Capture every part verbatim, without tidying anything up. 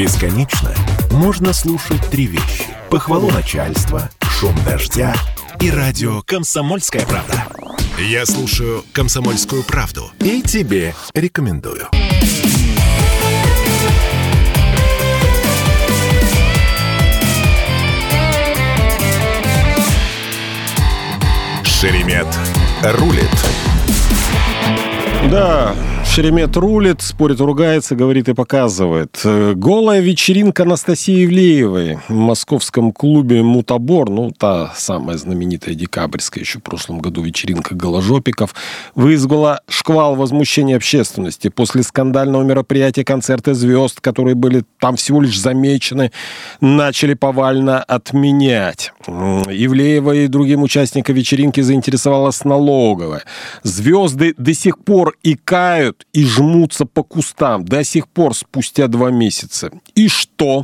Бесконечно можно слушать три вещи: похвалу начальства, шум дождя и радио «Комсомольская правда». Я слушаю «Комсомольскую правду» и тебе рекомендую. Шеремет рулит. Да, Шеремет рулит, спорит, ругается, говорит и показывает. Голая вечеринка Анастасии Ивлеевой в московском клубе «Мутабор», ну, та самая знаменитая декабрьская еще в прошлом году вечеринка голожопиков, вызвала шквал возмущения общественности. После скандального мероприятия концерты звезд, которые были там всего лишь замечены, начали повально отменять. Ивлеева и другим участникам вечеринки заинтересовалась налоговая. Звезды до сих пор икают и жмутся по кустам до сих пор спустя два месяца. И что?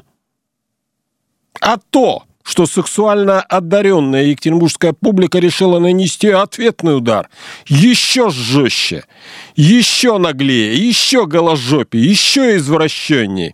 А то, что сексуально одаренная екатеринбургская публика решила нанести ответный удар. Еще жестче, еще наглее, еще голожопее, еще извращенней.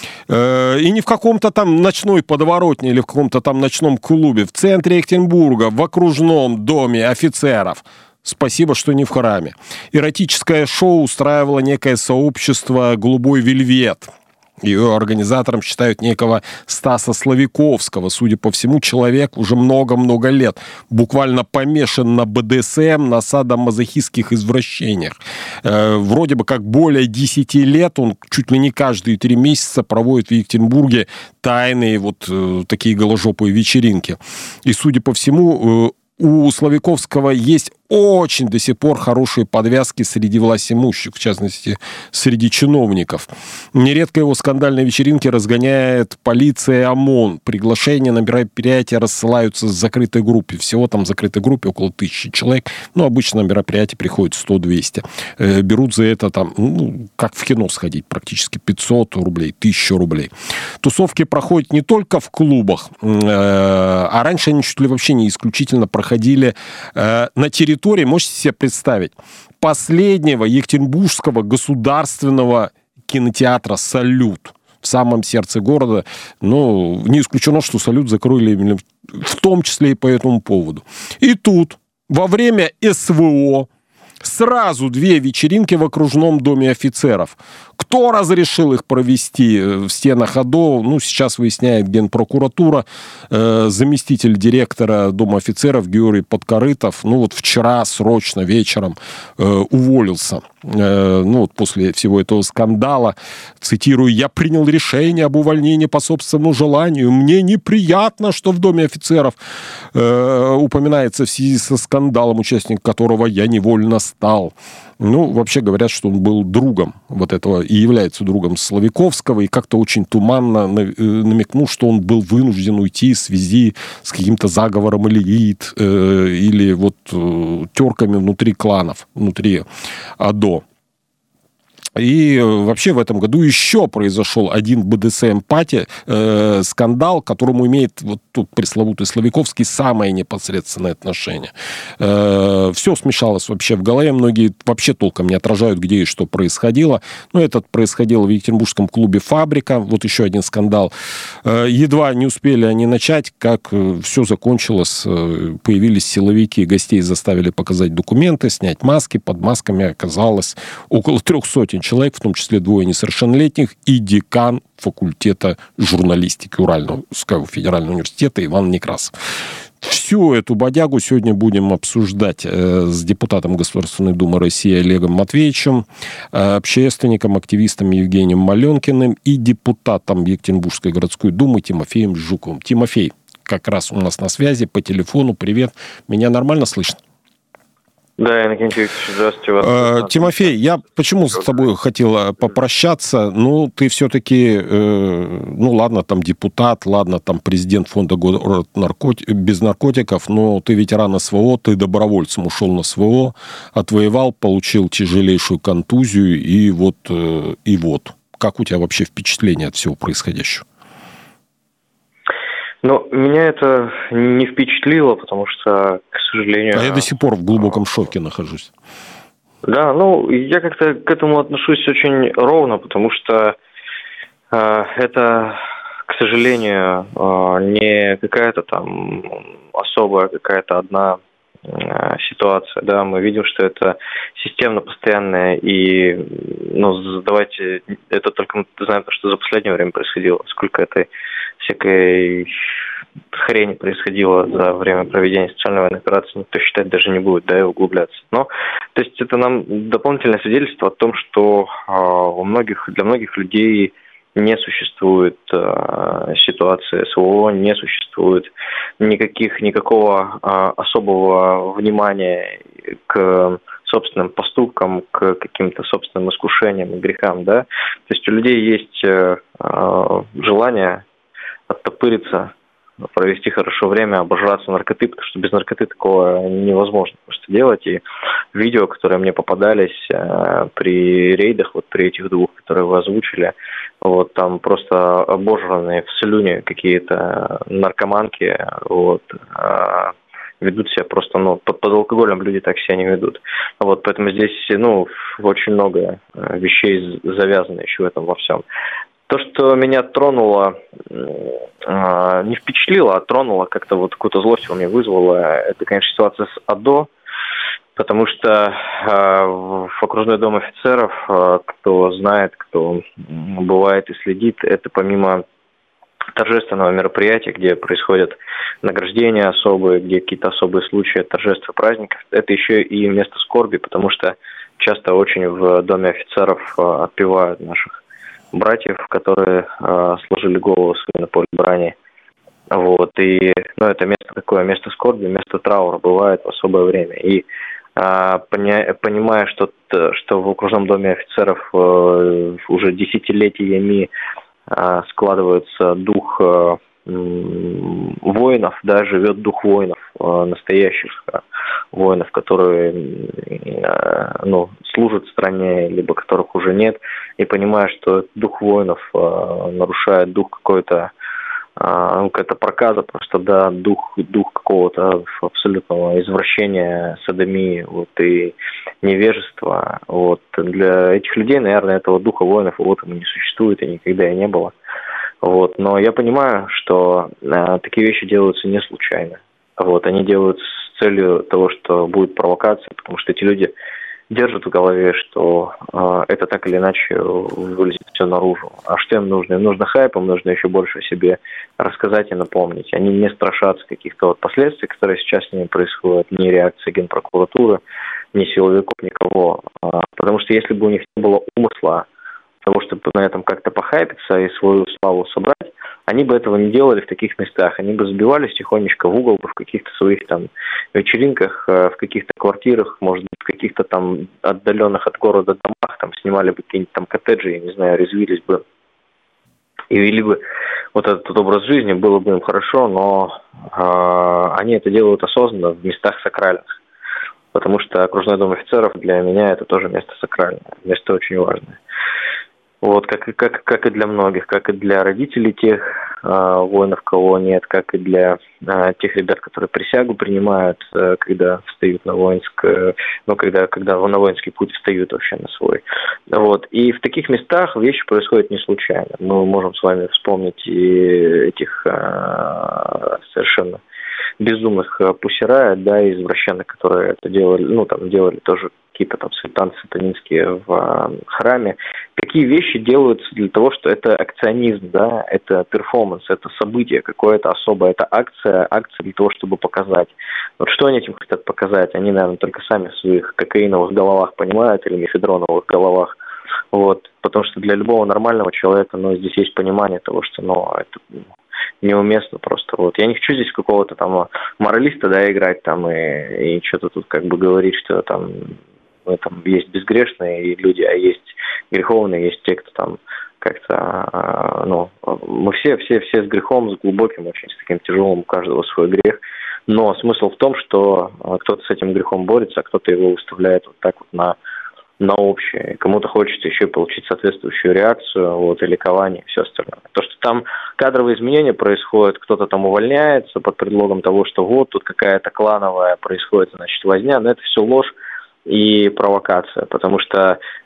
И не в каком-то там ночной подворотне или в каком-то там ночном клубе. В центре Екатеринбурга, в окружном доме офицеров. Спасибо, что не в храме. Эротическое шоу устраивало некое сообщество «Голубой вельвет». Ее организатором считают некого Стаса Славиковского. Судя по всему, человек уже много-много лет буквально помешан на бэ дэ эс эм, на садомазохистских извращениях. Э, вроде бы как более десяти лет он чуть ли не каждые три месяца проводит в Екатеринбурге тайные вот э, такие голожопые вечеринки. И, судя по всему, э, у Славиковского есть очень до сих пор хорошие подвязки среди властимущих, в частности, среди чиновников. Нередко его скандальные вечеринки разгоняет полиция и ОМОН. Приглашения на мероприятия рассылаются с закрытой группы. Всего там в закрытой группе около тысячи человек. Ну, обычно на мероприятие приходит сто-двести. Э, берут за это там, ну, как в кино сходить, практически пятьсот рублей, тысячу рублей. Тусовки проходят не только в клубах, э, а раньше они чуть ли вообще не исключительно проходили э, на территории, можете себе представить, последнего екатеринбургского государственного кинотеатра «Салют» в самом сердце города. Ну, не исключено, что «Салют» закрыли именно в том числе и по этому поводу. И тут во время эс вэ о сразу две вечеринки в окружном доме офицеров. Кто разрешил их провести в стенах ОДО? Ну, сейчас выясняет Генпрокуратура. Э, заместитель директора Дома офицеров Георгий Подкорытов, ну, вот вчера срочно вечером э, уволился. Э, ну, вот после всего этого скандала, цитирую, «Я принял решение об увольнении по собственному желанию. Мне неприятно, что в Доме офицеров э, упоминается в связи со скандалом, участник которого я невольно стал». Ну, вообще говорят, что он был другом вот этого и является другом Славиковского, и как-то очень туманно намекнул, что он был вынужден уйти в связи с каким-то заговором элит э, или вот э, терками внутри кланов, внутри ОДО. И вообще в этом году еще произошел один бэ дэ эс эм-пати, э, скандал, к которому имеет вот тут пресловутый Славиковский самое непосредственное отношение. Э, все смешалось вообще в голове, многие вообще толком не отражают, где и что происходило. Но этот происходил в екатеринбургском клубе «Фабрика», вот еще один скандал. Э, едва не успели они начать, как все закончилось, э, появились силовики, гостей заставили показать документы, снять маски, под масками оказалось около трех сотен человек, в том числе двое несовершеннолетних, и декан факультета журналистики Урального федерального университета Иван Некрасов. Всю эту бодягу сегодня будем обсуждать э, с депутатом Государственной Думы России Олегом Матвеевичем, э, общественником, активистом Евгением Маленкиным и депутатом Екатеринбургской городской думы Тимофеем Жуковым. Тимофей как раз у нас на связи по телефону. Привет. Меня нормально слышно? Да, Иннокентий Викторович, здравствуйте. Вас. Э, Тимофей, я почему с тобой хотел попрощаться? Ну, ты все-таки, э, ну, ладно, там депутат, ладно, там президент фонда город наркот... без наркотиков, но ты ветеран эс вэ о, ты добровольцем ушел на эс вэ о, отвоевал, получил тяжелейшую контузию, и вот, э, и вот. Как у тебя вообще впечатление от всего происходящего? Но меня это не впечатлило, потому что, к сожалению... А я до сих пор в глубоком шоке нахожусь. Да, ну, я как-то к этому отношусь очень ровно, потому что Это, к сожалению, не какая-то там особая, какая-то одна ситуация, да, мы видим, что это системно постоянная, и, ну, давайте, это только мы знаем, что за последнее время происходило, сколько этой всякой хрени происходило за время проведения специальной военной операции, никто считать даже не будет, да, и углубляться. Но, то есть, это нам дополнительное свидетельство о том, что у многих, для многих людей не существует э, ситуации СВО, не существует никаких, никакого э, особого внимания к собственным поступкам, к каким-то собственным искушениям и грехам, да. То есть у людей есть э, желание оттопыриться, провести хорошо время, обожраться наркоты, потому что без наркоты такого невозможно просто делать. И видео, которые мне попадались э, при рейдах, вот при этих двух, которые вы озвучили, вот там просто обожранные в слюне какие-то наркоманки, вот, э, ведут себя просто, ну, под, под алкоголем люди так себя не ведут. Вот, поэтому здесь, ну, очень много вещей завязано еще в этом во всем. То, что меня тронуло, не впечатлило, а тронуло, как-то вот какую-то злость во мне вызвало, это, конечно, ситуация с АДО, потому что в окружной дом офицеров, кто знает, кто бывает и следит, это помимо торжественного мероприятия, где происходят награждения особые, где какие-то особые случаи торжеств и праздников, это еще и место скорби, потому что часто очень в доме офицеров отпевают наших братьев, которые э, сложили голову свою на поле брани. Вот. И, ну, это место такое, место скорби, место траура бывает в особое время. И э, поня- понимая, что, что в окружном доме офицеров э, уже десятилетиями э, складывается дух э, воинов, да, живет дух воинов, э, настоящих э, воинов, которые э, ну, служат стране, либо которых уже нет, и понимая, что дух воинов э, нарушает дух какой-то, э, ну, какая-то проказа, просто, да, дух, дух какого-то абсолютного извращения, содомии, вот, и невежества. Вот. Для этих людей, наверное, этого духа воинов вот ему не существует и никогда и не было. Вот. Но я понимаю, что э, такие вещи делаются не случайно. Вот. Они делаются с целью того, что будет провокация, потому что эти люди держат в голове, что э, это так или иначе вылезет все наружу. А что им нужно? Им нужно хайп, им нужно еще больше о себе рассказать и напомнить. Они не страшатся каких-то вот последствий, которые сейчас с ними происходят, ни реакции Генпрокуратуры, ни силовиков, никого. А, потому что если бы у них не было умысла того, чтобы на этом как-то похайпиться и свою славу собрать, они бы этого не делали в таких местах. Они бы забивались тихонечко в угол, в каких-то своих там вечеринках, в каких-то квартирах, может быть, в каких-то там отдаленных от города домах, там снимали бы какие-нибудь там коттеджи, я не знаю, резвились бы и вели бы вот этот образ жизни, было бы им хорошо, но э, они это делают осознанно в местах сакральных. Потому что окружной дом офицеров для меня это тоже место сакральное, место очень важное. Вот, как, как, как и для многих, как и для родителей тех э, воинов, кого нет, как и для э, тех ребят, которые присягу принимают, э, когда встают на воинское, ну, когда, когда на воинский путь встают вообще на свой. Вот. И в таких местах вещи происходят не случайно. Мы можем с вами вспомнить и этих э, совершенно безумных пусирая, да, извращенных, которые это делали, ну, там, делали тоже какие-то там танцы сатанинские в э, храме. Какие вещи делаются для того, что это акционизм, да, это перформанс, это событие какое-то особое, это акция, акция для того, чтобы показать. Вот что они этим хотят показать? Они, наверное, только сами в своих кокаиновых головах понимают или мефедроновых головах. Вот, потому что для любого нормального человека, ну, здесь есть понимание того, что, ну, это неуместно просто. Вот. Я не хочу здесь какого-то там моралиста, да, играть там и, и что-то тут как бы говорить, что там, ну, там есть безгрешные люди, а есть греховные, есть те, кто там как-то, ну, мы все, все, все с грехом, с глубоким, очень с таким тяжелым, у каждого свой грех. Но смысл в том, что кто-то с этим грехом борется, а кто-то его выставляет вот так вот на на общее. Кому-то хочется еще получить соответствующую реакцию, вот, и ликование, и все остальное. То, что там кадровые изменения происходят, кто-то там увольняется под предлогом того, что вот тут какая-то клановая происходит, значит, возня, но это все ложь и провокация, потому что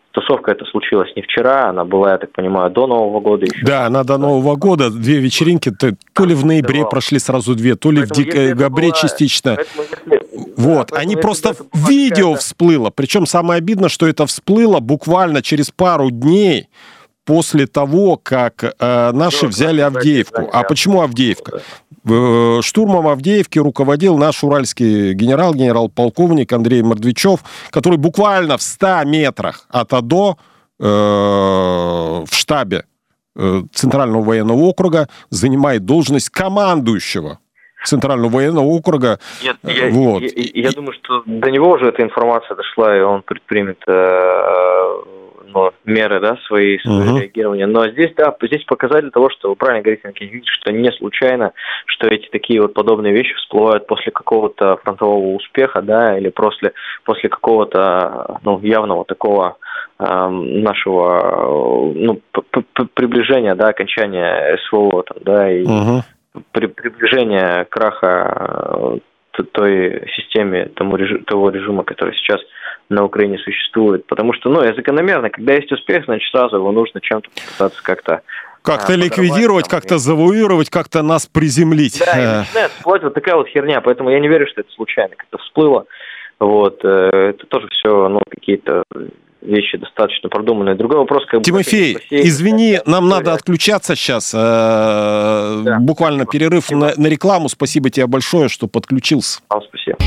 тусовка эта случилась не вчера, она была, я так понимаю, до Нового года еще. Да, она до Нового года, две вечеринки, то, то ли в ноябре да. прошли сразу две, то ли поэтому в декабре была... частично. Поэтому, если... Вот, да, они просто видео всплыло, причем самое обидное, что это всплыло буквально через пару дней после того, как э, наши да, взяли Авдеевку. Да, а да. Почему Авдеевка? Да. Штурмом Авдеевки руководил наш уральский генерал, генерал-полковник Андрей Мордвичев, который буквально в ста метрах от АДО э, в штабе э, Центрального военного округа занимает должность командующего Центрального военного округа. Нет, я, вот. я, я, я думаю, что до него уже эта информация дошла, и он предпримет э, ну, меры, да, свои, свои uh-huh. реагирования. Но здесь, да, здесь показатель того, что вы правильно говорите, Евгений, что не случайно, что эти такие вот подобные вещи всплывают после какого-то фронтового успеха, да, или после, после какого-то, ну, явного такого э, нашего, ну, приближения, да, окончания СВО, там, да, и uh-huh. при, приближения краха той системе, тому режим, того режима, который сейчас на Украине существует. Потому что, ну, и закономерно, когда есть успех, значит, сразу его нужно чем-то попытаться как-то... Как-то а, ликвидировать, там, как-то и... завуировать, как-то нас приземлить. Да, и начинает всплывать вот такая вот херня. Поэтому я не верю, что это случайно как-то всплыло. Вот. Это тоже все, ну, какие-то... вещи достаточно продуманные. Другой вопрос, как бы... Тимофей, России, извини, нам история. Надо отключаться сейчас. Да, буквально спасибо. Перерыв на, на рекламу. Спасибо тебе большое, что подключился. Вам спасибо.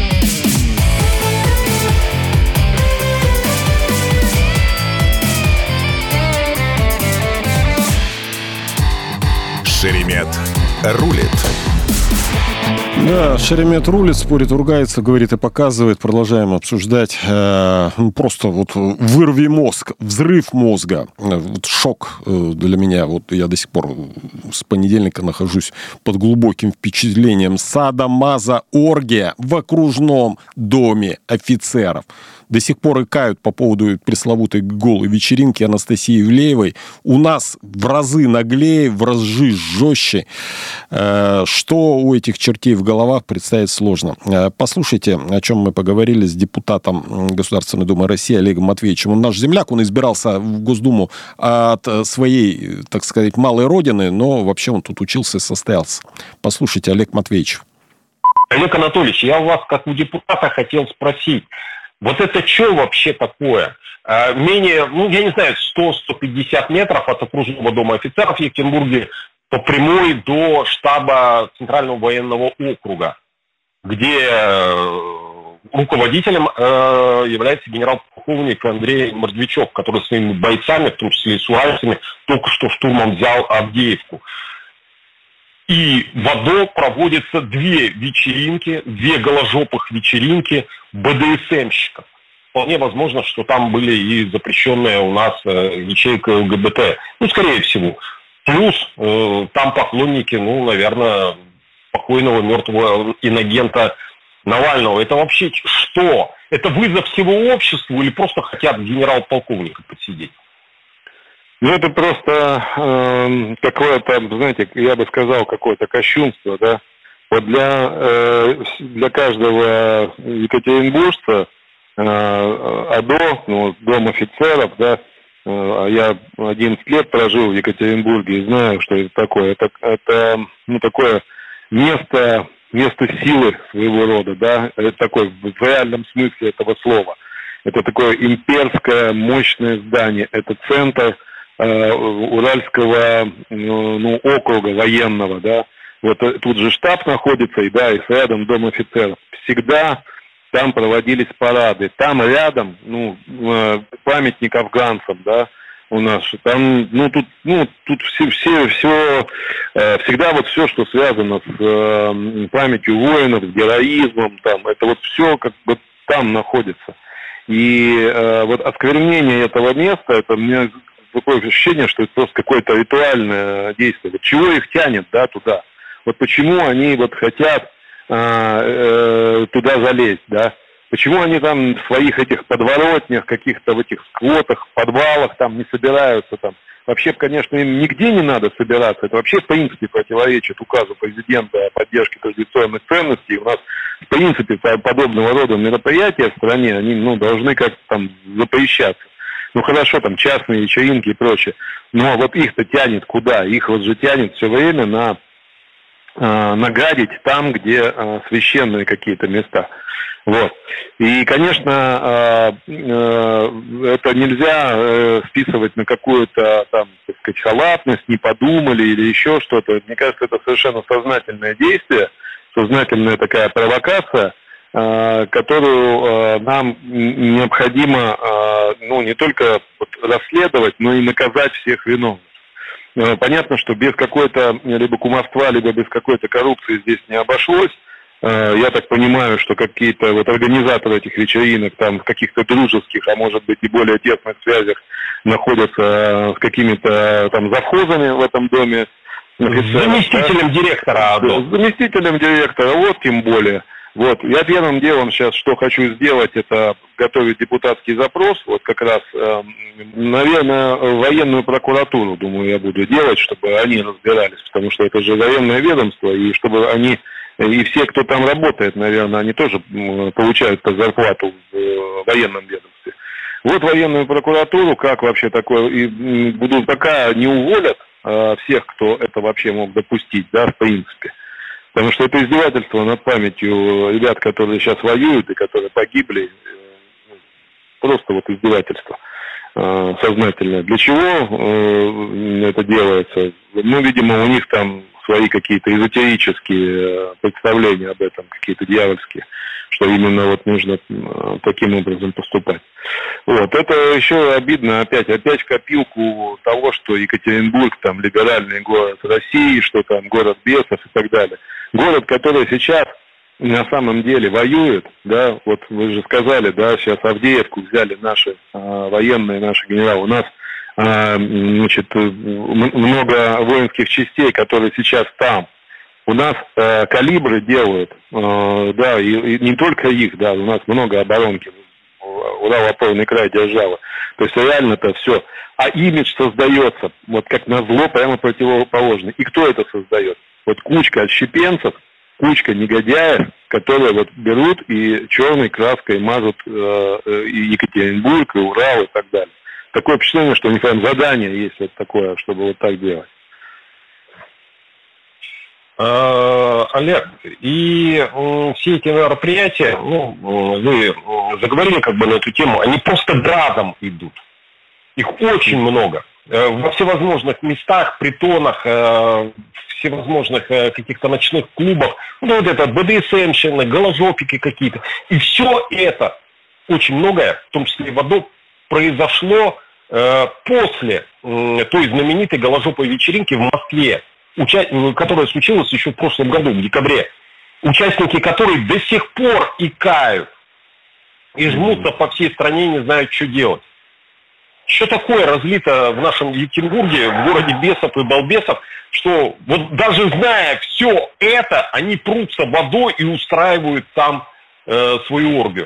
Шеремет рулит. Да, Шеремет рулит, спорит, ругается, говорит и показывает. Продолжаем обсуждать. Э, просто вот вырви мозг, взрыв мозга. Вот шок для меня. Вот я до сих пор с понедельника нахожусь под глубоким впечатлением. Садомазо-оргия в окружном доме офицеров. До сих пор икают по поводу пресловутой голой вечеринки Анастасии Ивлеевой. У нас в разы наглее, в разы жестче. Что у этих чертей в головах, представить сложно. Послушайте, о чем мы поговорили с депутатом Государственной Думы России Олегом Матвеевичем. Он наш земляк, он избирался в Госдуму от своей, так сказать, малой родины, но вообще он тут учился и состоялся. Послушайте, Олег Матвеевич. Олег Анатольевич, я у вас, как у депутата, хотел спросить. Вот это что вообще такое? А, менее, ну, я не знаю, сто - сто пятьдесят метров от окружного дома офицеров в Екатеринбурге по прямой до штаба Центрального военного округа, где руководителем э, является генерал-полковник Андрей Мордвичев, который своими бойцами, в том числе и с уральцами, только что штурмом взял Авдеевку. И в АДО проводятся две вечеринки, две голожопых вечеринки бэ дэ эс эмщиков. Вполне возможно, что там были и запрещенная у нас э, ячейка эл гэ бэ тэ. Ну, скорее всего. Плюс э, там поклонники, ну, наверное, покойного мертвого инагента Навального. Это вообще что? Это вызов всего обществу или просто хотят генерал-полковника подсидеть? Ну, это просто э, какое-то, знаете, я бы сказал, какое-то кощунство, да. Вот для, э, для каждого екатеринбуржца э, АДО, ну, Дом офицеров, да, э, я одиннадцать лет прожил в Екатеринбурге и знаю, что это такое. Это, это ну, такое место, место силы своего рода, да, это такое в реальном смысле этого слова. Это такое имперское мощное здание, это центр Уральского ну, округа военного, да, вот тут же штаб находится, и да, и рядом Дом офицеров. Всегда там проводились парады. Там рядом, ну, памятник афганцам, да, у нас. Там, ну, тут, ну, тут все, все, все, всегда вот все, что связано с памятью воинов, с героизмом, там, это вот все как бы там находится. И вот осквернение этого места, это мне такое ощущение, что это просто какое-то ритуальное действие. Вот чего их тянет, да, туда? Вот почему они вот хотят а, э, туда залезть, да? Почему они там в своих этих подворотнях, каких-то в этих сквотах, подвалах там не собираются там? Вообще, конечно, им нигде не надо собираться. Это вообще, в принципе, противоречит указу президента о поддержке традиционных ценностей. У нас, в принципе, подобного рода мероприятия в стране, они, ну, должны как-то там запрещаться. Ну хорошо, там частные вечеринки и прочее. Но вот их-то тянет куда? Их вот же тянет все время на э, нагадить там, где э, священные какие-то места. Вот. И, конечно, э, э, это нельзя э, списывать на какую-то, там, так сказать, халатность, не подумали или еще что-то. Мне кажется, это совершенно сознательное действие, сознательная такая провокация, э, которую э, нам необходимо, э, ну, не только вот расследовать, но и наказать всех виновных. Э, понятно, что без какой-то либо кумовства, либо без какой-то коррупции здесь не обошлось. Я так понимаю, что какие-то вот организаторы этих вечеринок там в каких-то дружеских, а может быть и более тесных связях находятся с какими-то там завхозами в этом доме. Заместителем да? директора АДО. Заместителем директора, вот тем более. Вот. Я первым делом сейчас, что хочу сделать, это готовить депутатский запрос, вот как раз, э, наверное, военную прокуратуру, думаю, я буду делать, чтобы они разбирались, потому что это же военное ведомство, и чтобы они... И все, кто там работает, наверное, они тоже получают зарплату в военном ведомстве. Вот военную прокуратуру, как вообще такое, и буду, пока не уволят а, всех, кто это вообще мог допустить, да, в принципе. Потому что это издевательство над памятью ребят, которые сейчас воюют и которые погибли, просто вот издевательство а, сознательное. Для чего а, это делается? Ну, видимо, у них там свои какие-то эзотерические представления об этом, какие-то дьявольские, что именно вот нужно таким образом поступать. Вот. Это еще обидно опять, опять в копилку того, что Екатеринбург там либеральный город России, что там город бесов и так далее. Город, который сейчас на самом деле воюет, да, вот вы же сказали, да, сейчас Авдеевку взяли наши а, военные, наши генералы. У нас значит, много воинских частей, которые сейчас там. У нас э, калибры делают, э, да, и, и не только их, да, у нас много оборонки, Урал-опорный край держава. То есть реально-то все. А имидж создается, вот как назло, прямо противоположный. И кто это создает? Вот кучка отщепенцев, кучка негодяев, которые вот берут и черной краской мажут э, и Екатеринбург, и Урал, и так далее. Такое впечатление, что у них прям задание есть вот такое, чтобы вот так делать. Олег, и все эти мероприятия, ну, вы заговорили как бы на эту тему, они просто градом идут. Их очень много. Во всевозможных местах, притонах, всевозможных каких-то ночных клубах. Ну, вот это БДСМщины, голожопики какие-то. И все это, очень многое, в том числе и в АДО, произошло э, после э, той знаменитой голожопой вечеринки в Москве, уча... которая случилась еще в прошлом году, в декабре, участники которой до сих пор икают и жмутся по всей стране, не знают, что делать. Что такое разлито в нашем Екатеринбурге, в городе бесов и балбесов, что вот даже зная все это, они прутся водой и устраивают там э, свою оргию?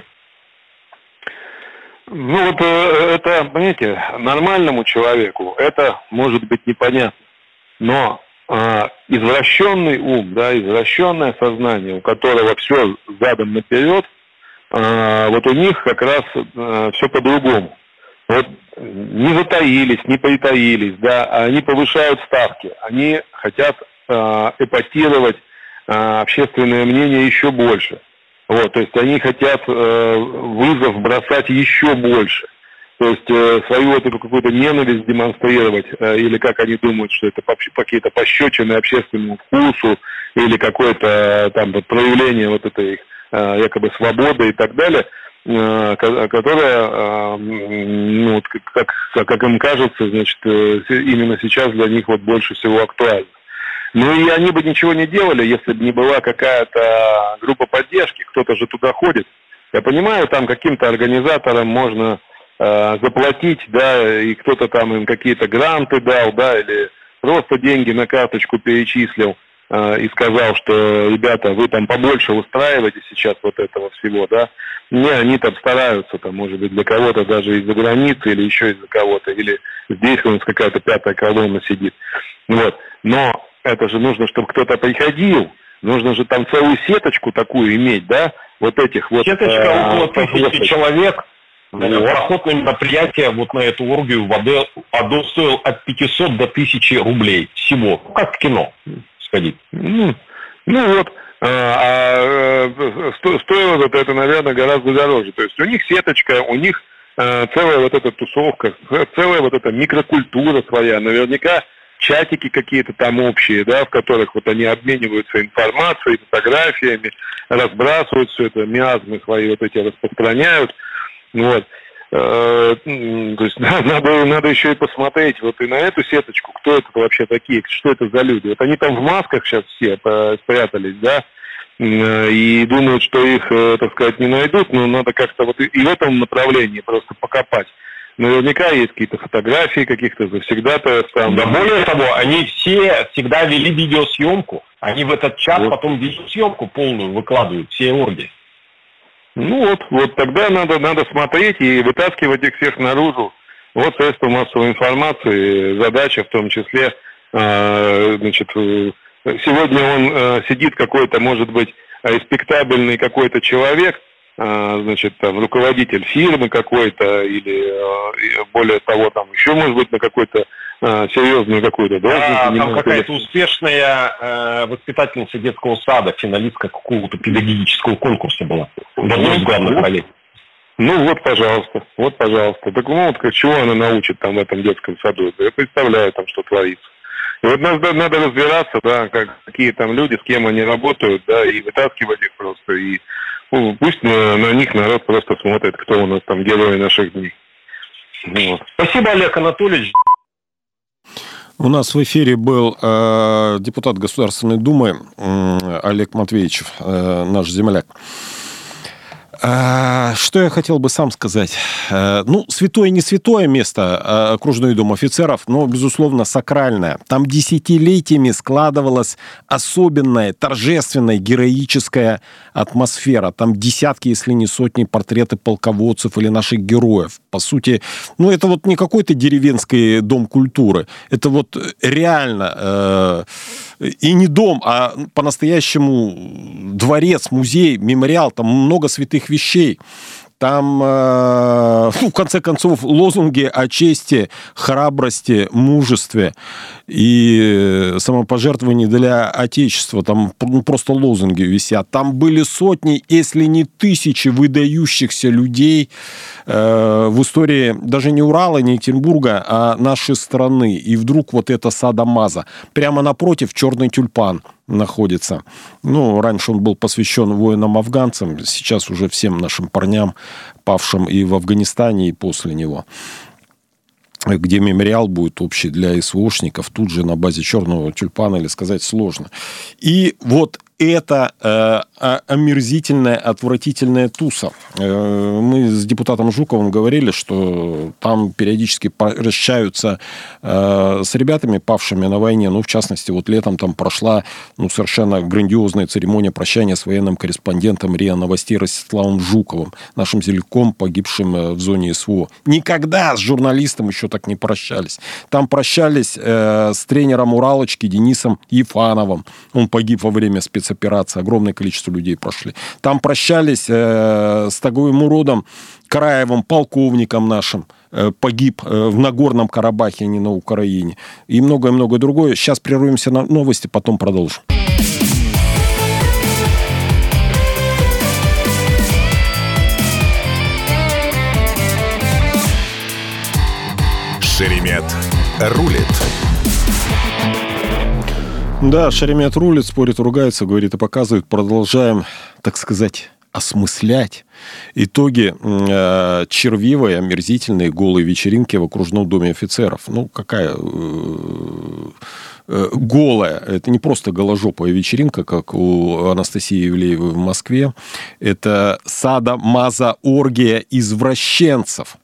Ну вот это, понимаете, нормальному человеку это может быть непонятно, но э, извращенный ум, да, извращенное сознание, у которого все задом наперед, э, вот у них как раз э, все по-другому. Вот не затаились, не притаились, да, они повышают ставки, они хотят э, эпатировать э, общественное мнение еще больше. Вот, то есть они хотят э, вызов бросать еще больше. То есть э, свою вот эту какую-то ненависть демонстрировать, э, или как они думают, что это какие-то пощечины общественному вкусу, или какое-то там вот, проявление вот этой э, якобы свободы и так далее, э, которая, э, ну, как, как им кажется, значит, э, именно сейчас для них вот больше всего актуальна. Ну и они бы ничего не делали, если бы не была какая-то группа поддержки, кто-то же туда ходит. Я понимаю, там каким-то организаторам можно э, заплатить, да, и кто-то там им какие-то гранты дал, да, или просто деньги на карточку перечислил э, и сказал, что, ребята, вы там побольше устраиваете сейчас вот этого всего, да. Не, они там стараются, там, может быть, для кого-то даже из-за границы или еще из-за кого-то, или здесь у нас какая-то пятая колонна сидит. Вот, но это же нужно, чтобы кто-то приходил, нужно же там целую сеточку такую иметь, да, вот этих вот... Сеточка около тысячи человек. Вот. Проход на мероприятие, вот на эту оргию в АДО стоил от пятисот до тысячи рублей всего. Как в кино сходить. Ну, ну вот, а, а, стоило вот это, наверное, гораздо дороже. То есть у них сеточка, у них а, целая вот эта тусовка, целая вот эта микрокультура своя. Наверняка чатики какие-то там общие, да, в которых вот они обмениваются информацией, фотографиями, разбрасывают все это, миазмы свои вот эти распространяют. Вот. То есть надо, надо еще и посмотреть вот и на эту сеточку, кто это вообще такие, что это за люди. Вот они там в масках сейчас все спрятались, да, и думают, что их, так сказать, не найдут, но надо как-то вот и в этом направлении просто покопать. Наверняка есть какие-то фотографии каких-то завсегдатаев там. Да более того, они все всегда вели видеосъемку. Они в этот чат вот. Потом видеосъемку полную выкладывают, все оргии. Ну вот, вот тогда надо, надо смотреть и вытаскивать их всех наружу. Вот средства массовой информации, задача в том числе, э, значит, сегодня он э, сидит какой-то, может быть, респектабельный какой-то человек, э, значит, там, руководитель фирмы какой-то, или э, более того, там, еще, может быть, на какой-то э, серьезную какую-то должность. Да, там какая-то успешная э, воспитательница детского сада, финалистка какого-то педагогического конкурса была. В одной из главных ролей. Ну вот, пожалуйста, вот, пожалуйста. Так ну вот, чего она научит там в этом детском саду? Я представляю там, что творится. И вот надо, надо разбираться, да, как, какие там люди, с кем они работают, да, и вытаскивать их просто. И ну, пусть на, на них народ просто смотрит, кто у нас там герои наших дней. Вот. Спасибо, Олег Анатольевич. У нас в эфире был э, депутат Государственной Думы э, Олег Матвеевичев, э, наш земляк. Что я хотел бы сам сказать? Ну, святое не святое место, окружной дом офицеров, но, безусловно, сакральное. Там десятилетиями складывалась особенная, торжественная, героическая атмосфера. Там десятки, если не сотни, портреты полководцев или наших героев. По сути, ну, это вот не какой-то деревенский дом культуры. Это вот реально... И не дом, а по-настоящему дворец, музей, мемориал. Там много святых вещей. Там, э, ну, в конце концов, лозунги о чести, храбрости, мужестве и самопожертвовании для Отечества. Там ну, просто лозунги висят. Там были сотни, если не тысячи выдающихся людей э, в истории даже не Урала, не Екатеринбурга, а нашей страны. И вдруг вот это садо-мазо. Прямо напротив черный тюльпан находится. Ну, раньше он был посвящен воинам-афганцам, сейчас уже всем нашим парням, павшим и в Афганистане, и после него. Где мемориал будет общий для СВОшников, тут же на базе черного тюльпана, или сказать сложно. И вот это э, омерзительная, отвратительная туса. Э, мы с депутатом Жуковым говорили, что там периодически прощаются э, с ребятами, павшими на войне. Ну, в частности, вот летом там прошла ну, совершенно грандиозная церемония прощания с военным корреспондентом РИА Новостей Ростиславом Жуковым, нашим земляком, погибшим в зоне СВО. Никогда с журналистом еще так не прощались. Там прощались э, с тренером Уралочки Денисом Ефановым. Он погиб во время спецоперации. Операции. Огромное количество людей прошли. Там прощались э, с таковым уродом Караевым, полковником нашим. Э, погиб э, в Нагорном Карабахе, а не на Украине. И многое-многое другое. Сейчас прервемся на новости, потом продолжим. Шеремет рулит. Да, Шеремет рулит, спорит, ругается, говорит и показывает. Продолжаем, так сказать, осмыслять итоги э, червивой, омерзительной, голой вечеринки в окружном доме офицеров. Ну, какая э, э, голая. Это не просто голожопая вечеринка, как у Анастасии Ивлеевой в Москве. Это садо-мазо-оргия извращенцев.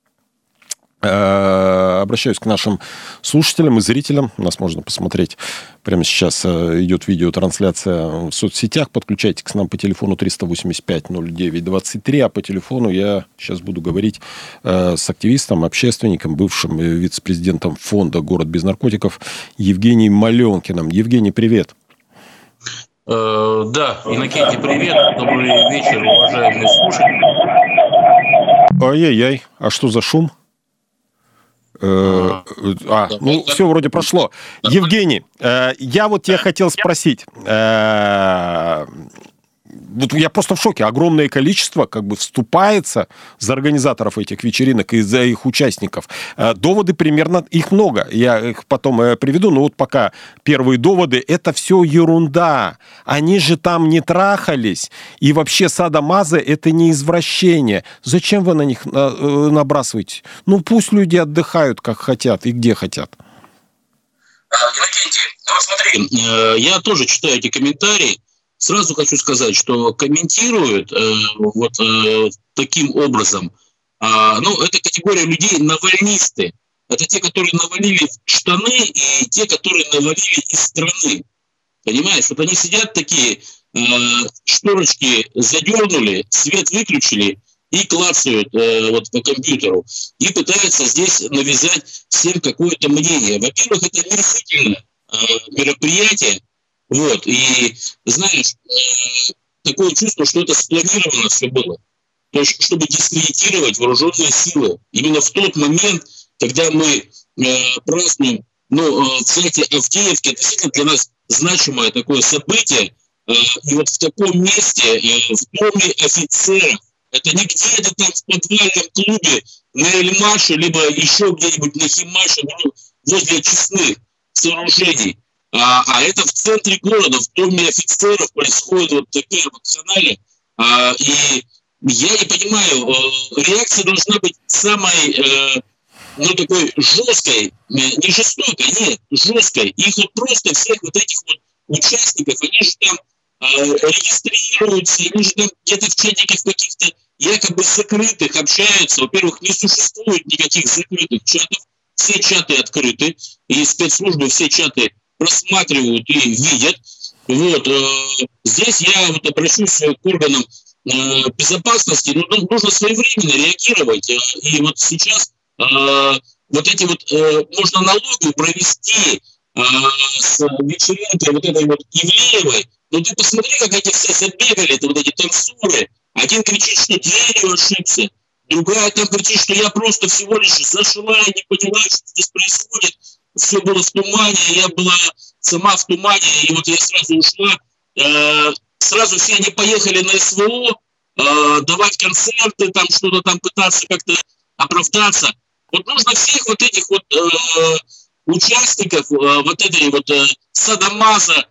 Обращаюсь к нашим слушателям и зрителям. Нас можно посмотреть. Прямо сейчас идет видеотрансляция в соцсетях. Подключайтесь к нам по телефону триста восемьдесят пять ноль девять двадцать три. А по телефону я сейчас буду говорить с активистом, общественником, бывшим вице-президентом фонда «Город без наркотиков» Евгением Маленкиным. Евгений, привет. Э, да, Иннокентий, привет. Добрый вечер, уважаемые слушатели. Ай-яй-яй, а что за шум? А, а ну, все вроде прошло. Евгений, я вот тебя хотел спросить. Вот я просто в шоке. Огромное количество как бы вступается за организаторов этих вечеринок и за их участников. Доводы примерно, их много. Я их потом приведу, но вот пока первые доводы. Это все ерунда. Они же там не трахались. И вообще садомазо — это не извращение. Зачем вы на них набрасываете? Ну, пусть люди отдыхают, как хотят и где хотят. Иннокентий, ну вот смотри, я тоже читаю эти комментарии. Сразу хочу сказать, что комментируют э, вот э, таким образом, э, ну, это категория людей навальнисты. Это те, которые навалили штаны, и те, которые навалили из страны. Понимаешь? Вот они сидят такие, э, шторочки задернули, свет выключили и клацают э, вот по компьютеру. И пытаются здесь навязать всем какое-то мнение. Во-первых, это мерзительное э, мероприятие. Вот, и, знаешь, э, такое чувство, что это спланировано все было. То есть, чтобы дискредитировать вооруженные силы. Именно в тот момент, когда мы э, празднуем, ну, э, взятие Авдеевки, это действительно для нас значимое такое событие. Э, и вот в таком месте, э, в доме офицеров, это не где-то там в подвальном клубе на Эльмаше, либо еще где-нибудь на Химаше, возле честных сооружений. А, а это в центре города, в доме офицеров происходит вот такая вакханалия. А, и я не понимаю, э, реакция должна быть самой, э, ну, такой жесткой, не жестокой, нет, жесткой. Их вот просто всех вот этих вот участников, они же там э, регистрируются, они же там где-то в чатиках каких-то якобы закрытых общаются. Во-первых, не существует никаких закрытых чатов, все чаты открыты, и спецслужбы все чаты просматривают и видят. Вот. Э, здесь я вот обращусь к органам э, безопасности. Ну, нужно своевременно реагировать. Э, и вот сейчас э, вот эти вот э, можно аналогию провести э, с вечеринкой вот этой вот Ивлеевой. Но ты посмотри, как эти все забегали, это вот эти танцоры. Один кричит, что дверью ошибся. Другая там кричит, что я просто всего лишь зашла и не поняла, что здесь происходит. Все было в тумане, я была сама в тумане, и вот я сразу ушла. Э, сразу все они поехали на СВО, э, давать концерты, там что-то там пытаться как-то оправдаться. Вот нужно всех вот этих вот э, участников э, вот этой вот э, садомаза,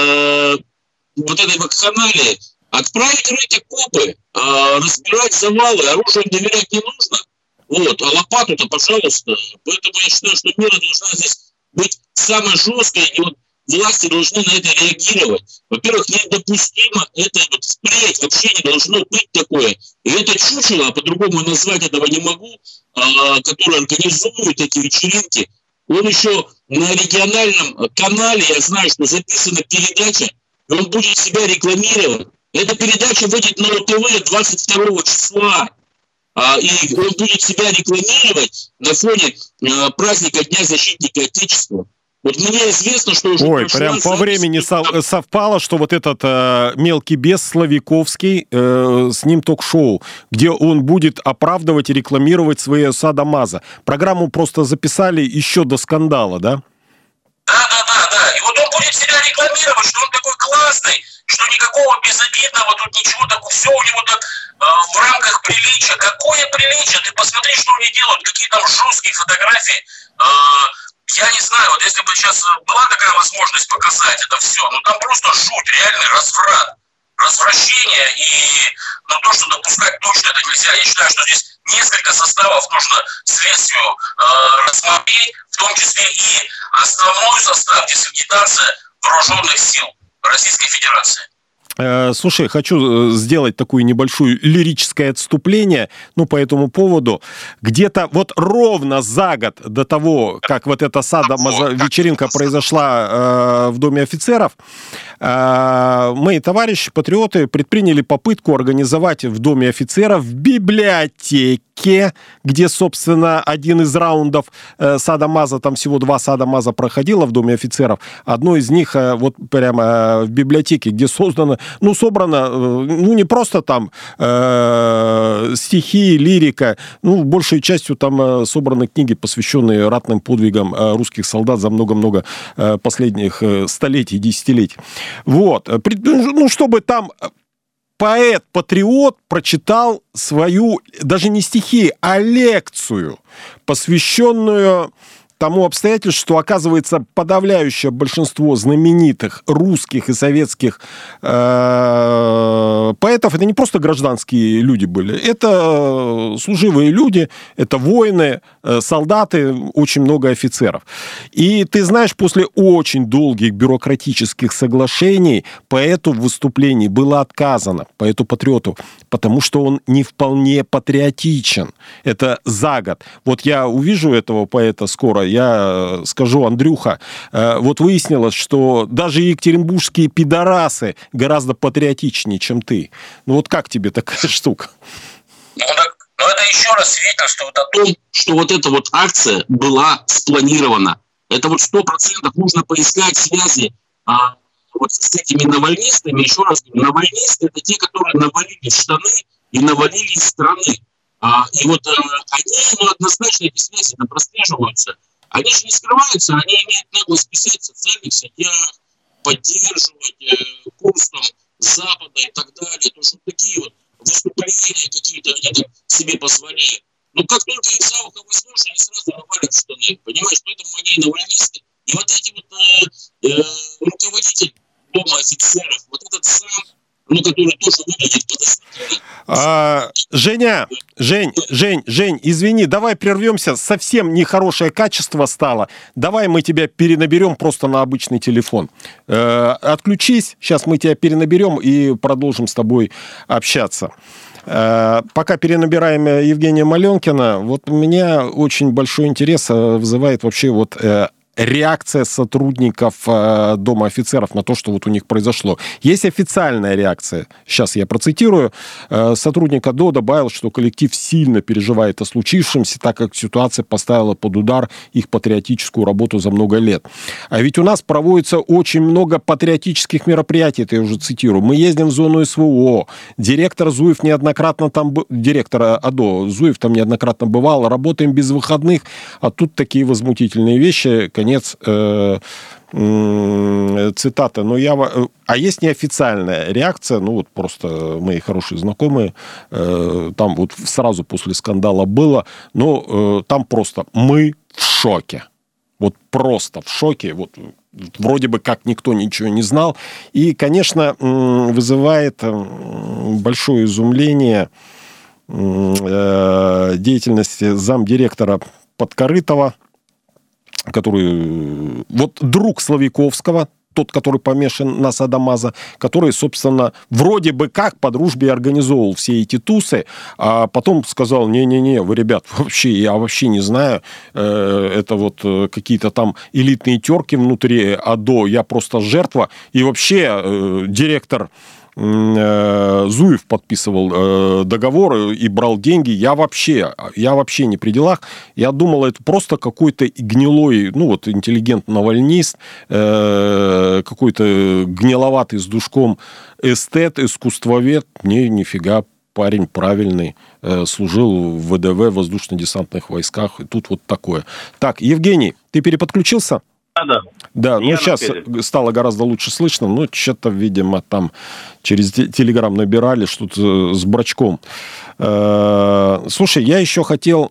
э, вот этой вакханалии отправить рыть окопы, э, разбирать завалы, оружием доверять не нужно. Вот, а лопату-то, пожалуйста. Поэтому я считаю, что мера должна здесь быть самой жесткой, и вот власти должны на это реагировать. Во-первых, недопустимо это вот впредь, вообще не должно быть такое. И это чучело, а по-другому назвать этого не могу, а, который организует эти вечеринки. Он еще на региональном канале, я знаю, что записана передача, и он будет себя рекламировать. Эта передача выйдет на ОТВ двадцать второго числа. А, и он будет себя рекламировать на фоне а, праздника Дня защитника Отечества. Вот мне известно, что уже... Ой, прям по времени со- совпало, что вот этот э, мелкий бес Славиковский, э, с ним ток-шоу, где он будет оправдывать и рекламировать свои садомазо. Программу просто записали еще до скандала, да? Да, да, да, да. И вот он будет себя рекламировать, что он такой классный, что никакого безобидного тут ничего такого, все у него так э, в рамках приличия. Какое приличие? Ты посмотри, что они делают, какие там жесткие фотографии. Э, я не знаю, вот если бы сейчас была такая возможность показать это все, ну там просто жуть, реальный разврат, развращение, и ну, то, что допускать точно это нельзя. Я считаю, что здесь несколько составов нужно следствию э, рассмотреть, в том числе и основной состав дискредитация вооруженных сил Российской Федерации. Слушай, хочу сделать такое небольшое лирическое отступление, ну, по этому поводу. Где-то вот ровно за год до того, как вот эта садомазо вечеринка произошла э, в Доме офицеров, мои товарищи, патриоты, предприняли попытку организовать в Доме офицеров в библиотеке, где, собственно, один из раундов садомаза, там всего два садомаза проходило в Доме офицеров. Одно из них вот прямо в библиотеке, где создано, ну, собрано, ну, не просто там э, стихи, лирика, ну, большей частью там собраны книги, посвященные ратным подвигам русских солдат за много-много последних столетий, десятилетий. Вот. Ну, чтобы там поэт-патриот прочитал свою, даже не стихи, а лекцию, посвященную тому обстоятельству, что, оказывается, подавляющее большинство знаменитых русских и советских э, поэтов, это не просто гражданские люди были, это служивые люди, это воины, э, солдаты, очень много офицеров. И ты знаешь, после очень долгих бюрократических соглашений поэту в выступлении было отказано, поэту-патриоту, потому что он не вполне патриотичен. Это за год. Вот я увижу этого поэта скоро, я скажу: Андрюха, вот выяснилось, что даже екатеринбургские пидорасы гораздо патриотичнее, чем ты. Ну вот как тебе такая штука? Ну, так, ну это еще раз свидетельствует о том, что вот эта вот акция была спланирована. Это вот сто процентов нужно поискать связи а, вот с этими навальнистами. Еще раз говорю, навальнисты — это те, которые навалили штаны и навалили из страны. А, и вот а, они, ну, однозначно эти связи прослеживаются. Они же не скрываются, они имеют наглость писать в социальных сетях, поддерживать э, курс там Запада и так далее. То, что такие вот выступления какие-то они там себе позволяют. Но как только их за ухо возьмешь, они сразу навалят штаны. Понимаешь, поэтому они и навальнисты. И вот эти вот э, э, руководитель Дома офицеров, вот этот сам, ну, который тоже выглядит подозрительно. А, Женя, Жень, Жень, Жень, извини, давай прервемся. Совсем нехорошее качество стало. Давай мы тебя перенаберем просто на обычный телефон. Э, отключись, сейчас мы тебя перенаберем и продолжим с тобой общаться. Э, пока перенабираем Евгения Маленкина, вот у меня очень большой интерес вызывает вообще вот... Э, реакция сотрудников э, Дома офицеров на то, что вот у них произошло. Есть официальная реакция. Сейчас я процитирую. Э, сотрудник АДО добавил, что коллектив сильно переживает о случившемся, так как ситуация поставила под удар их патриотическую работу за много лет. А ведь у нас проводится очень много патриотических мероприятий, это я уже цитирую. Мы ездим в зону СВО. Директор Зуев неоднократно там... Б... Директор АДО Зуев там неоднократно бывал. Работаем без выходных. А тут такие возмутительные вещи. Конец э, э, цитаты. Но я, а есть неофициальная реакция, ну вот просто мои хорошие знакомые, э, там вот сразу после скандала было, но э, там просто мы в шоке. Вот просто в шоке. Вот вроде бы как никто ничего не знал. И, конечно, вызывает большое изумление э, деятельности замдиректора Подкорытова, который, вот друг Славиковского, тот, который помешан на садомаза, который, собственно, вроде бы как по дружбе организовывал все эти тусы, а потом сказал: не-не-не, вы, ребят, вообще, я вообще не знаю, э, это вот какие-то там элитные терки внутри АДО, я просто жертва, и вообще э, директор Зуев подписывал договор и брал деньги. Я вообще, я вообще не при делах. Я думал, это просто какой-то гнилой, ну вот интеллигент-навальнист, какой-то гниловатый с душком эстет, искусствовед. Не, нифига, парень правильный, служил в ВДВ, в воздушно-десантных войсках. И тут вот такое. Так, Евгений, ты переподключился? Да, да, ну сейчас стало гораздо лучше слышно, но что-то, видимо, там через Телеграм набирали что-то с брачком. Слушай, я еще хотел,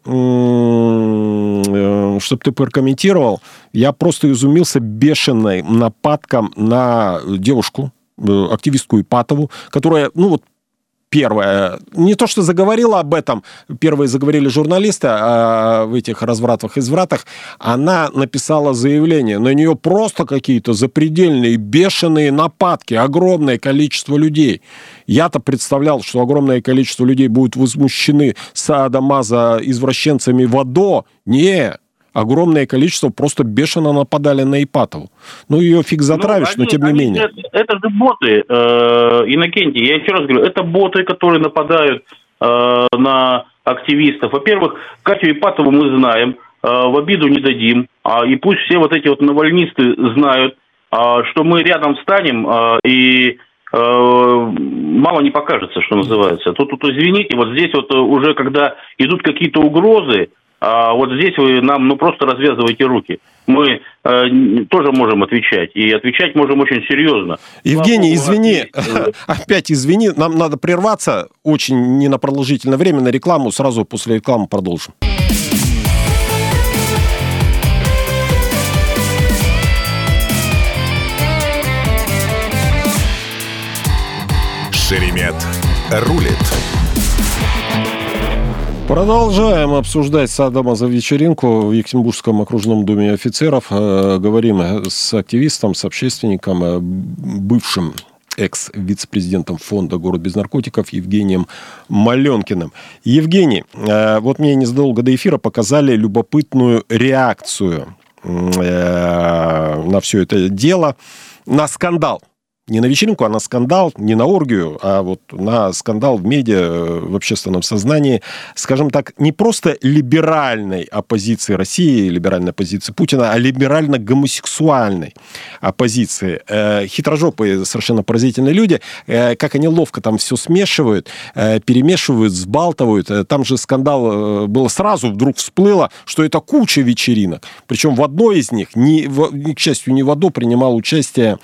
чтобы ты прокомментировал, я просто изумился бешеным нападком на девушку, активистку Ипатову, которая, ну вот, первая, не то что заговорила об этом, первые заговорили журналисты а в этих развратах и извратах, она написала заявление, на нее просто какие-то запредельные, бешеные нападки, огромное количество людей. Я-то представлял, что огромное количество людей будет возмущены садомаза извращенцами в АДО. Не, огромное количество просто бешено нападали на Ипатову. Ну, ее фиг затравишь, ну, они, но тем не они, менее. Это, это же боты, э, Иннокентий, я еще раз говорю, это боты, которые нападают э, на активистов. Во-первых, Катю Ипатову мы знаем, э, в обиду не дадим, а, и пусть все вот эти вот навальнисты знают, э, что мы рядом встанем, э, и э, мало не покажется, что называется. Тут, тут, извините, вот здесь вот уже, когда идут какие-то угрозы, а вот здесь вы нам ну просто развязываете руки. Мы э, тоже можем отвечать. И отвечать можем очень серьезно. Евгений, извини, опять извини, нам надо прерваться очень не на продолжительное время на рекламу. Сразу после рекламы продолжим. Шеремет рулит. Продолжаем обсуждать садомазо-вечеринку в Екатеринбургском окружном доме офицеров. Говорим с активистом, с общественником, бывшим экс-вице-президентом фонда «Город без наркотиков» Евгением Маленкиным. Евгений, вот мне незадолго до эфира показали любопытную реакцию на все это дело, на скандал. Не на вечеринку, а на скандал, не на оргию, а вот на скандал в медиа, в общественном сознании, скажем так, не просто либеральной оппозиции России, либеральной оппозиции Путина, а либерально-гомосексуальной оппозиции. Э, хитрожопые, совершенно поразительные люди, э, как они ловко там все смешивают, э, перемешивают, взбалтывают. Э, там же скандал э, было сразу, вдруг всплыло, что это куча вечеринок. Причем в одной из них, не, в, к счастью, не в одну принимал участие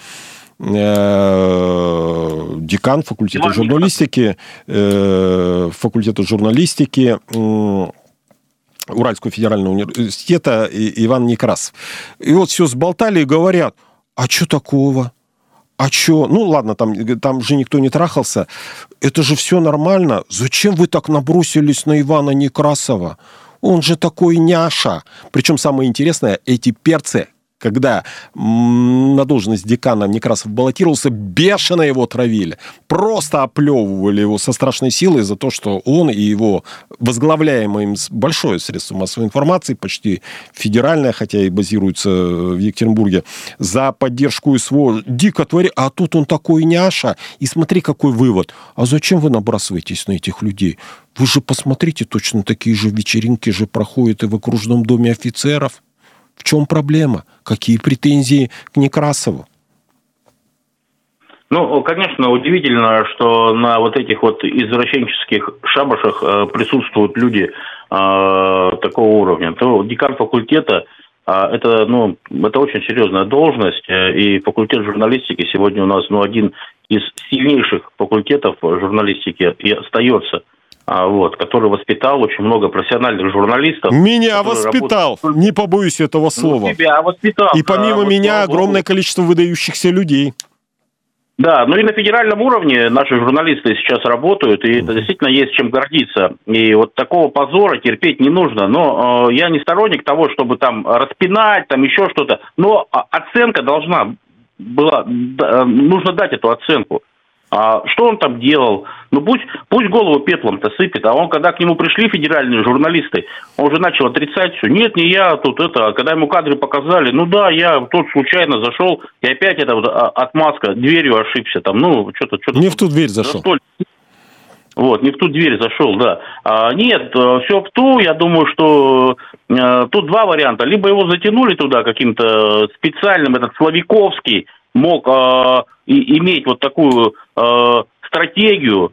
декан факультета журналистики, факультета журналистики Уральского федерального университета Иван Некрасов. И вот все сболтали и говорят, а что такого? А что? Ну, ладно, там, там же никто не трахался. Это же все нормально. Зачем вы так набросились на Ивана Некрасова? Он же такой няша. Причем самое интересное, эти перцы, когда на должность декана Некрасов баллотировался, бешено его травили. Просто оплевывали его со страшной силой за то, что он и его возглавляемое им большое средство массовой информации, почти федеральное, хотя и базируется в Екатеринбурге, за поддержку СВО дико творили. А тут он такой няша. И смотри, какой вывод. А зачем вы набрасываетесь на этих людей? Вы же посмотрите, точно такие же вечеринки же проходят и в окружном доме офицеров. В чем проблема? Какие претензии к Некрасову? Ну, конечно, удивительно, что на вот этих вот извращенческих шабашах э, присутствуют люди э, такого уровня. То декан факультета э, это, ну, это очень серьезная должность, э, и факультет журналистики сегодня у нас ну, один из сильнейших факультетов журналистики и остается. Вот, который воспитал очень много профессиональных журналистов. Меня воспитал, работают... не побоюсь этого слова. Ну, тебя воспитал. И помимо да, меня вот, огромное вот. количество выдающихся людей. Да, ну и на федеральном уровне наши журналисты сейчас работают, и это действительно есть чем гордиться. И вот такого позора терпеть не нужно. Но э, я не сторонник того, чтобы там распинать, там еще что-то. Но оценка должна была, да, нужно дать эту оценку. А что он там делал? Ну, пусть, пусть голову пеплом-то сыпет. А он, когда к нему пришли федеральные журналисты, он уже начал отрицать все. Нет, не я тут это. А когда ему кадры показали, ну да, я тут случайно зашел, и опять это вот отмазка, дверью ошибся. Там, ну, что-то, что-то. Не в ту дверь зашел. Вот, не в ту дверь зашел, да. А, нет, все в ту, я думаю, что э, тут два варианта. Либо его затянули туда каким-то специальным, этот Славиковский мог э, и, иметь вот такую э, стратегию,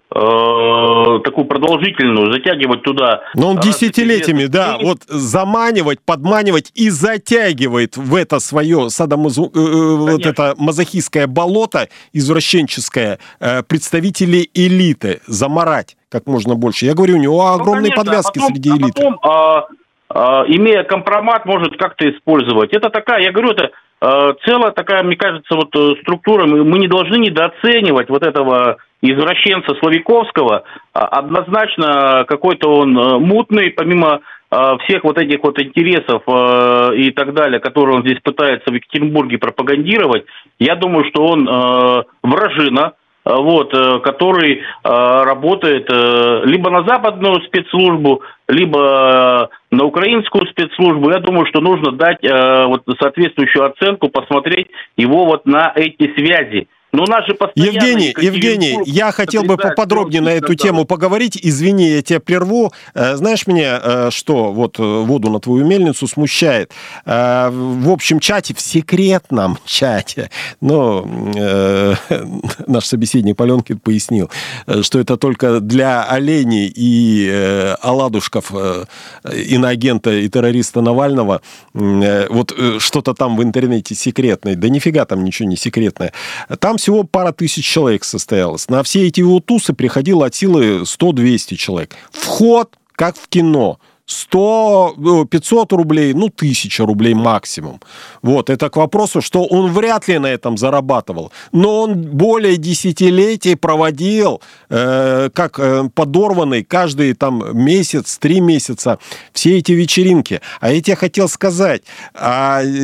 э, такую продолжительную, затягивать туда... Но он десятилетиями, да, вот заманивать, подманивать и затягивает в это свое садомазу... э, вот это мазохистское болото извращенческое э, представителей элиты, заморать как можно больше. Я говорю, у него огромные ну, конечно, подвязки а потом, среди элиты. А потом, а, а, имея компромат, может как-то использовать. Это такая, я говорю, это целая такая, мне кажется, вот структура. Мы не должны недооценивать вот этого извращенца Славиковского. Однозначно какой-то он мутный, помимо всех вот этих вот интересов и так далее, которые он здесь пытается в Екатеринбурге пропагандировать. Я думаю, что он вражина, вот, который работает либо на западную спецслужбу, либо на украинскую спецслужбу. Я думаю, что нужно дать вот соответствующую оценку, посмотреть его вот на эти связи. Но у нас же Евгений, Евгений, я хотел бы поподробнее на эту тему поговорить. Извини, я тебя прерву. Знаешь, меня что, вот воду на твою мельницу смущает? В общем чате, в секретном чате, но э, наш собеседник Паленкин пояснил, что это только для оленей и э, оладушков э, иноагента и террориста Навального. Э, вот э, что-то там в интернете секретное. Да нифига там ничего не секретное. Там всего пара тысяч человек состоялось. На все эти его тусы приходило от силы сто-двести человек. Вход, как в кино, сто, пятьсот рублей, ну, тысяча рублей максимум. Вот, это к вопросу, что он вряд ли на этом зарабатывал. Но он более десятилетий проводил, э, как э, подорванный, каждый там месяц, три месяца, все эти вечеринки. А я тебе хотел сказать, а, э,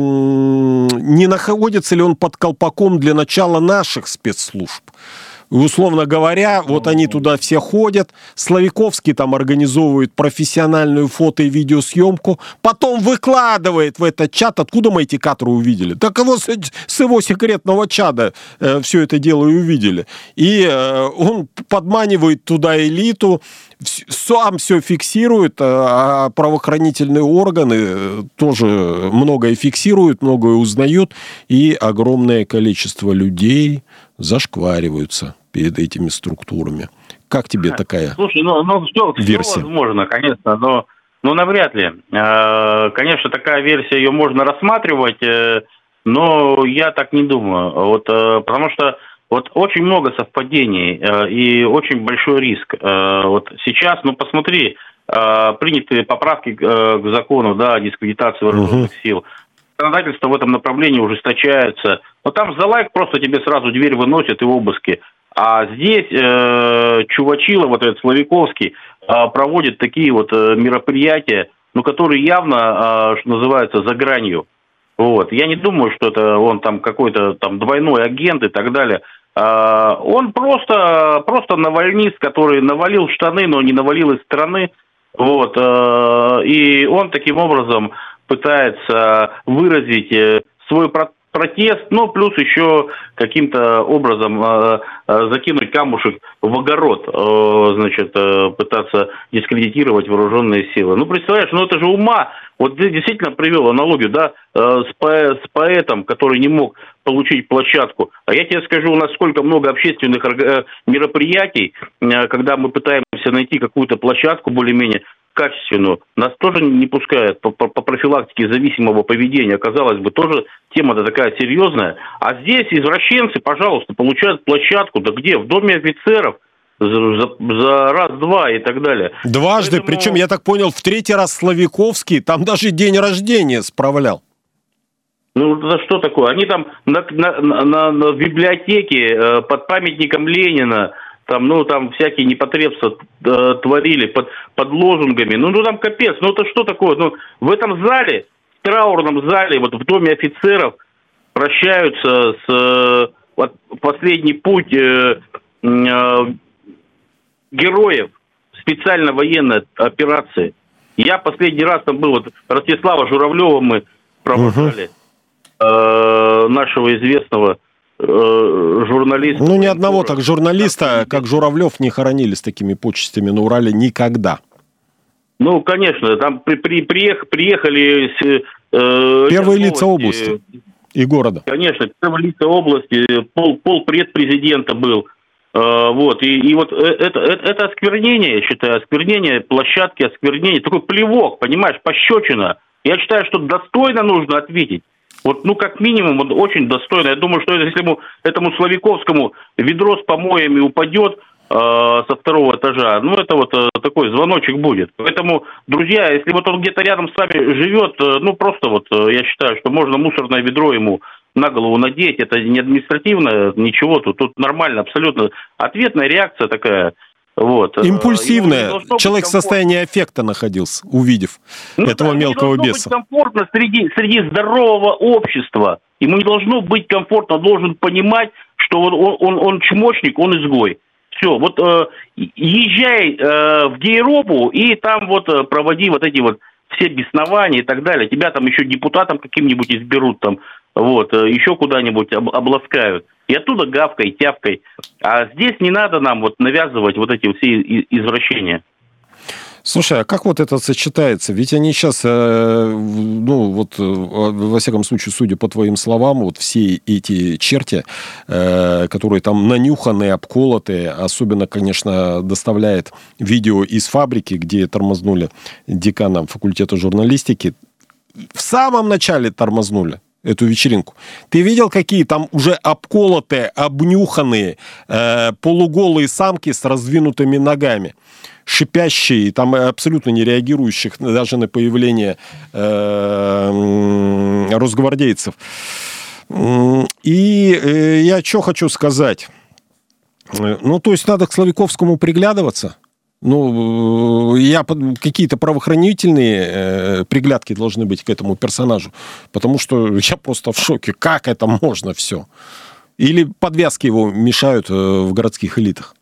не находится ли он под колпаком для начала наших спецслужб? Условно говоря, вот они туда все ходят, Славиковский там организовывает профессиональную фото- и видеосъемку, потом выкладывает в этот чат, откуда мы эти кадры увидели. Так его с, с его секретного чата э, все это дело и увидели. И э, он подманивает туда элиту, сам все фиксирует, а правоохранительные органы тоже многое фиксируют, многое узнают, и огромное количество людей зашквариваются перед этими структурами. Как тебе такая Слушай, ну, ну все, версия? Все возможно, конечно, но, но навряд ли. Конечно, такая версия, ее можно рассматривать, но я так не думаю. Вот, потому что вот очень много совпадений и очень большой риск. Вот сейчас, ну посмотри, приняты поправки к закону, да, о дискредитации вооруженных угу. сил. Законодательство в этом направлении ужесточается. Но там за лайк просто тебе сразу дверь выносят и обыски. А здесь э, чувачила, вот этот Славиковский, э, проводит такие вот э, мероприятия, ну, которые явно, э, что называется, за гранью. Вот. Я не думаю, что это он там какой-то там двойной агент и так далее. Э, он просто, просто навальнист, который навалил штаны, но не навалил из страны. Вот. Э, и он таким образом пытается выразить свой протест, ну, плюс еще каким-то образом э, э, закинуть камушек в огород, э, значит, э, пытаться дискредитировать вооруженные силы. Ну, представляешь, ну это же ума. Вот ты действительно привел аналогию, да, э, с, по- с поэтом, который не мог получить площадку. А я тебе скажу, у нас сколько много общественных э, мероприятий, э, когда мы пытаемся найти какую-то площадку более-менее качественную, нас тоже не пускают по, по, по профилактике зависимого поведения. Казалось бы, тоже тема-то такая серьезная. А здесь извращенцы, пожалуйста, получают площадку. Да где? В доме офицеров. За, за, за раз-два и так далее. Дважды, Поэтому... причем, я так понял, в третий раз Славиковский там даже день рождения справлял. Ну, это что такое? Они там на, на, на, на библиотеке э, под памятником Ленина там, ну, там всякие непотребства э, творили под, под лозунгами. Ну, ну, там капец. Ну, это что такое? Ну, в этом зале, в траурном зале, вот в доме офицеров прощаются с э, вот, последний путь э, э, героев специальной военной операции. Я последний раз там был, вот Ростислава Журавлева мы провожали, uh-huh. э, нашего известного журналиста. Ну, ни одного так журналиста, как Журавлев, не хоронили с такими почестями на Урале никогда. Ну, конечно, там при, при, приех, приехали с, э, первые лица области и города. Конечно, первые лица области, пол, пол предпрезидента был. Э, вот, и, и вот это, это, это осквернение, я считаю, осквернение площадки, осквернение, такой плевок, понимаешь, пощечина. Я считаю, что достойно нужно ответить. Вот, ну, как минимум, вот, очень достойно. Я думаю, что если ему, этому Славиковскому ведро с помоями упадет э, со второго этажа, ну, это вот э, такой звоночек будет. Поэтому, друзья, если вот он где-то рядом с вами живет, э, ну, просто вот, э, я считаю, что можно мусорное ведро ему на голову надеть. Это не административное, ничего, тут, тут нормально, абсолютно. Ответная реакция такая. Вот. Импульсивное. Человек в состоянии аффекта находился, увидев ну, этого да, мелкого беса. Ему не должно быть комфортно среди, среди здорового общества. Ему не должно быть комфортно, он должен понимать, что он, он, он чмочник, он изгой. Все, вот э, езжай э, в гейропу и там вот э, проводи вот эти вот все беснования и так далее. Тебя там еще депутатом каким-нибудь изберут, там, вот, э, еще куда-нибудь об, обласкают. И оттуда гавкой, тявкой. А здесь не надо нам вот навязывать вот эти все извращения. Слушай, а как вот это сочетается? Ведь они сейчас, ну вот, во всяком случае, судя по твоим словам, вот все эти черти, которые там нанюханные, обколотые, особенно, конечно, доставляет видео из фабрики, где тормознули декана факультета журналистики, в самом начале тормознули эту вечеринку. Ты видел, какие там уже обколотые, обнюханные, э, полуголые самки с раздвинутыми ногами, шипящие, там абсолютно не реагирующих даже на появление э, росгвардейцев. И э, я что хочу сказать. Ну, то есть надо к Славиковскому приглядываться. Ну, я, какие-то правоохранительные э, приглядки должны быть к этому персонажу, потому что я просто в шоке. Как это можно все? Или подвязки его мешают э, в городских элитах?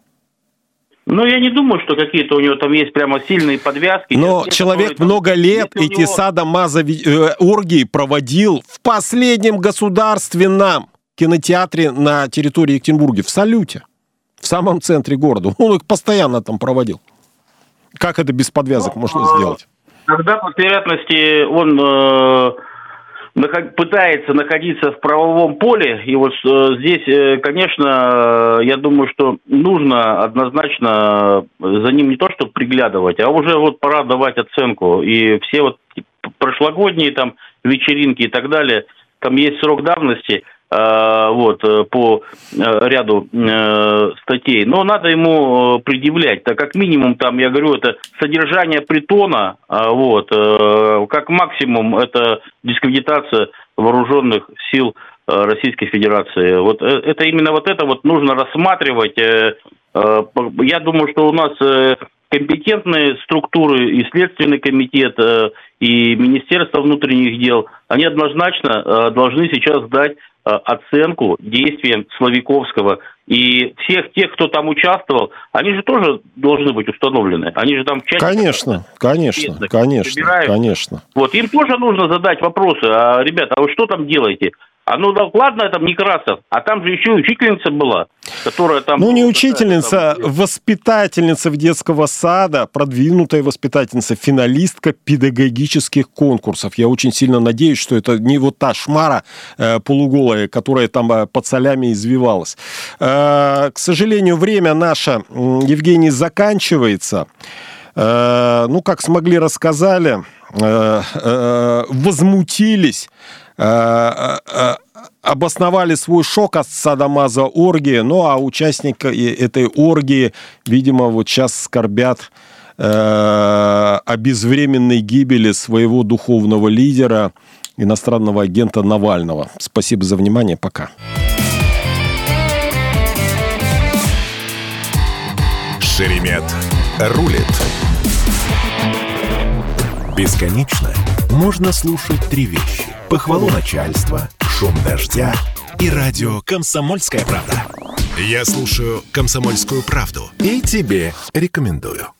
Ну, я не думаю, что какие-то у него там есть прямо сильные подвязки. Но те, человек которые, много там, лет эти него... садомазо-оргии проводил в последнем государственном кинотеатре на территории Екатеринбурга, в Салюте. В самом центре города. Он их постоянно там проводил. Как это без подвязок ну, можно сделать? Тогда, по вероятности, он э, наход, пытается находиться в правовом поле. И вот э, здесь, э, конечно, я думаю, что нужно однозначно за ним не то, чтобы приглядывать, а уже вот пора давать оценку. И все вот прошлогодние там вечеринки и так далее, там есть срок давности, вот, по ряду э, статей, но надо ему предъявлять, так как минимум там, я говорю, это содержание притона, вот, э, как максимум это дискредитация вооруженных сил Российской Федерации. Вот это именно вот это вот нужно рассматривать. Э, э, я думаю, что у нас э, компетентные структуры и Следственный комитет, э, и Министерство внутренних дел, они однозначно э, должны сейчас дать оценку действиям Славиковского. И всех тех, кто там участвовал, они же тоже должны быть установлены. Они же там в чате... Конечно, конечно, конечно, собирают. Конечно. Вот, им тоже нужно задать вопросы. А, ребята, а вы что там делаете? А ну да, ладно, там Некрасов, а там же еще учительница была, которая там... Ну, не учительница, там... воспитательница в детского сада, продвинутая воспитательница, финалистка педагогических конкурсов. Я очень сильно надеюсь, что это не вот та шмара э, полуголая, которая там э, под солями извивалась. Э, к сожалению, время наше, Евгений, заканчивается. Э, ну, как смогли, рассказали, э, э, возмутились, обосновали свой шок от садомазо-оргии, ну, а участники этой оргии, видимо, вот сейчас скорбят э, о безвременной гибели своего духовного лидера, иностранного агента Навального. Спасибо за внимание, пока. Шеремет рулит. Бесконечно можно слушать три вещи. Похвалу начальства, шум дождя и радио «Комсомольская правда». Я слушаю «Комсомольскую правду» и тебе рекомендую.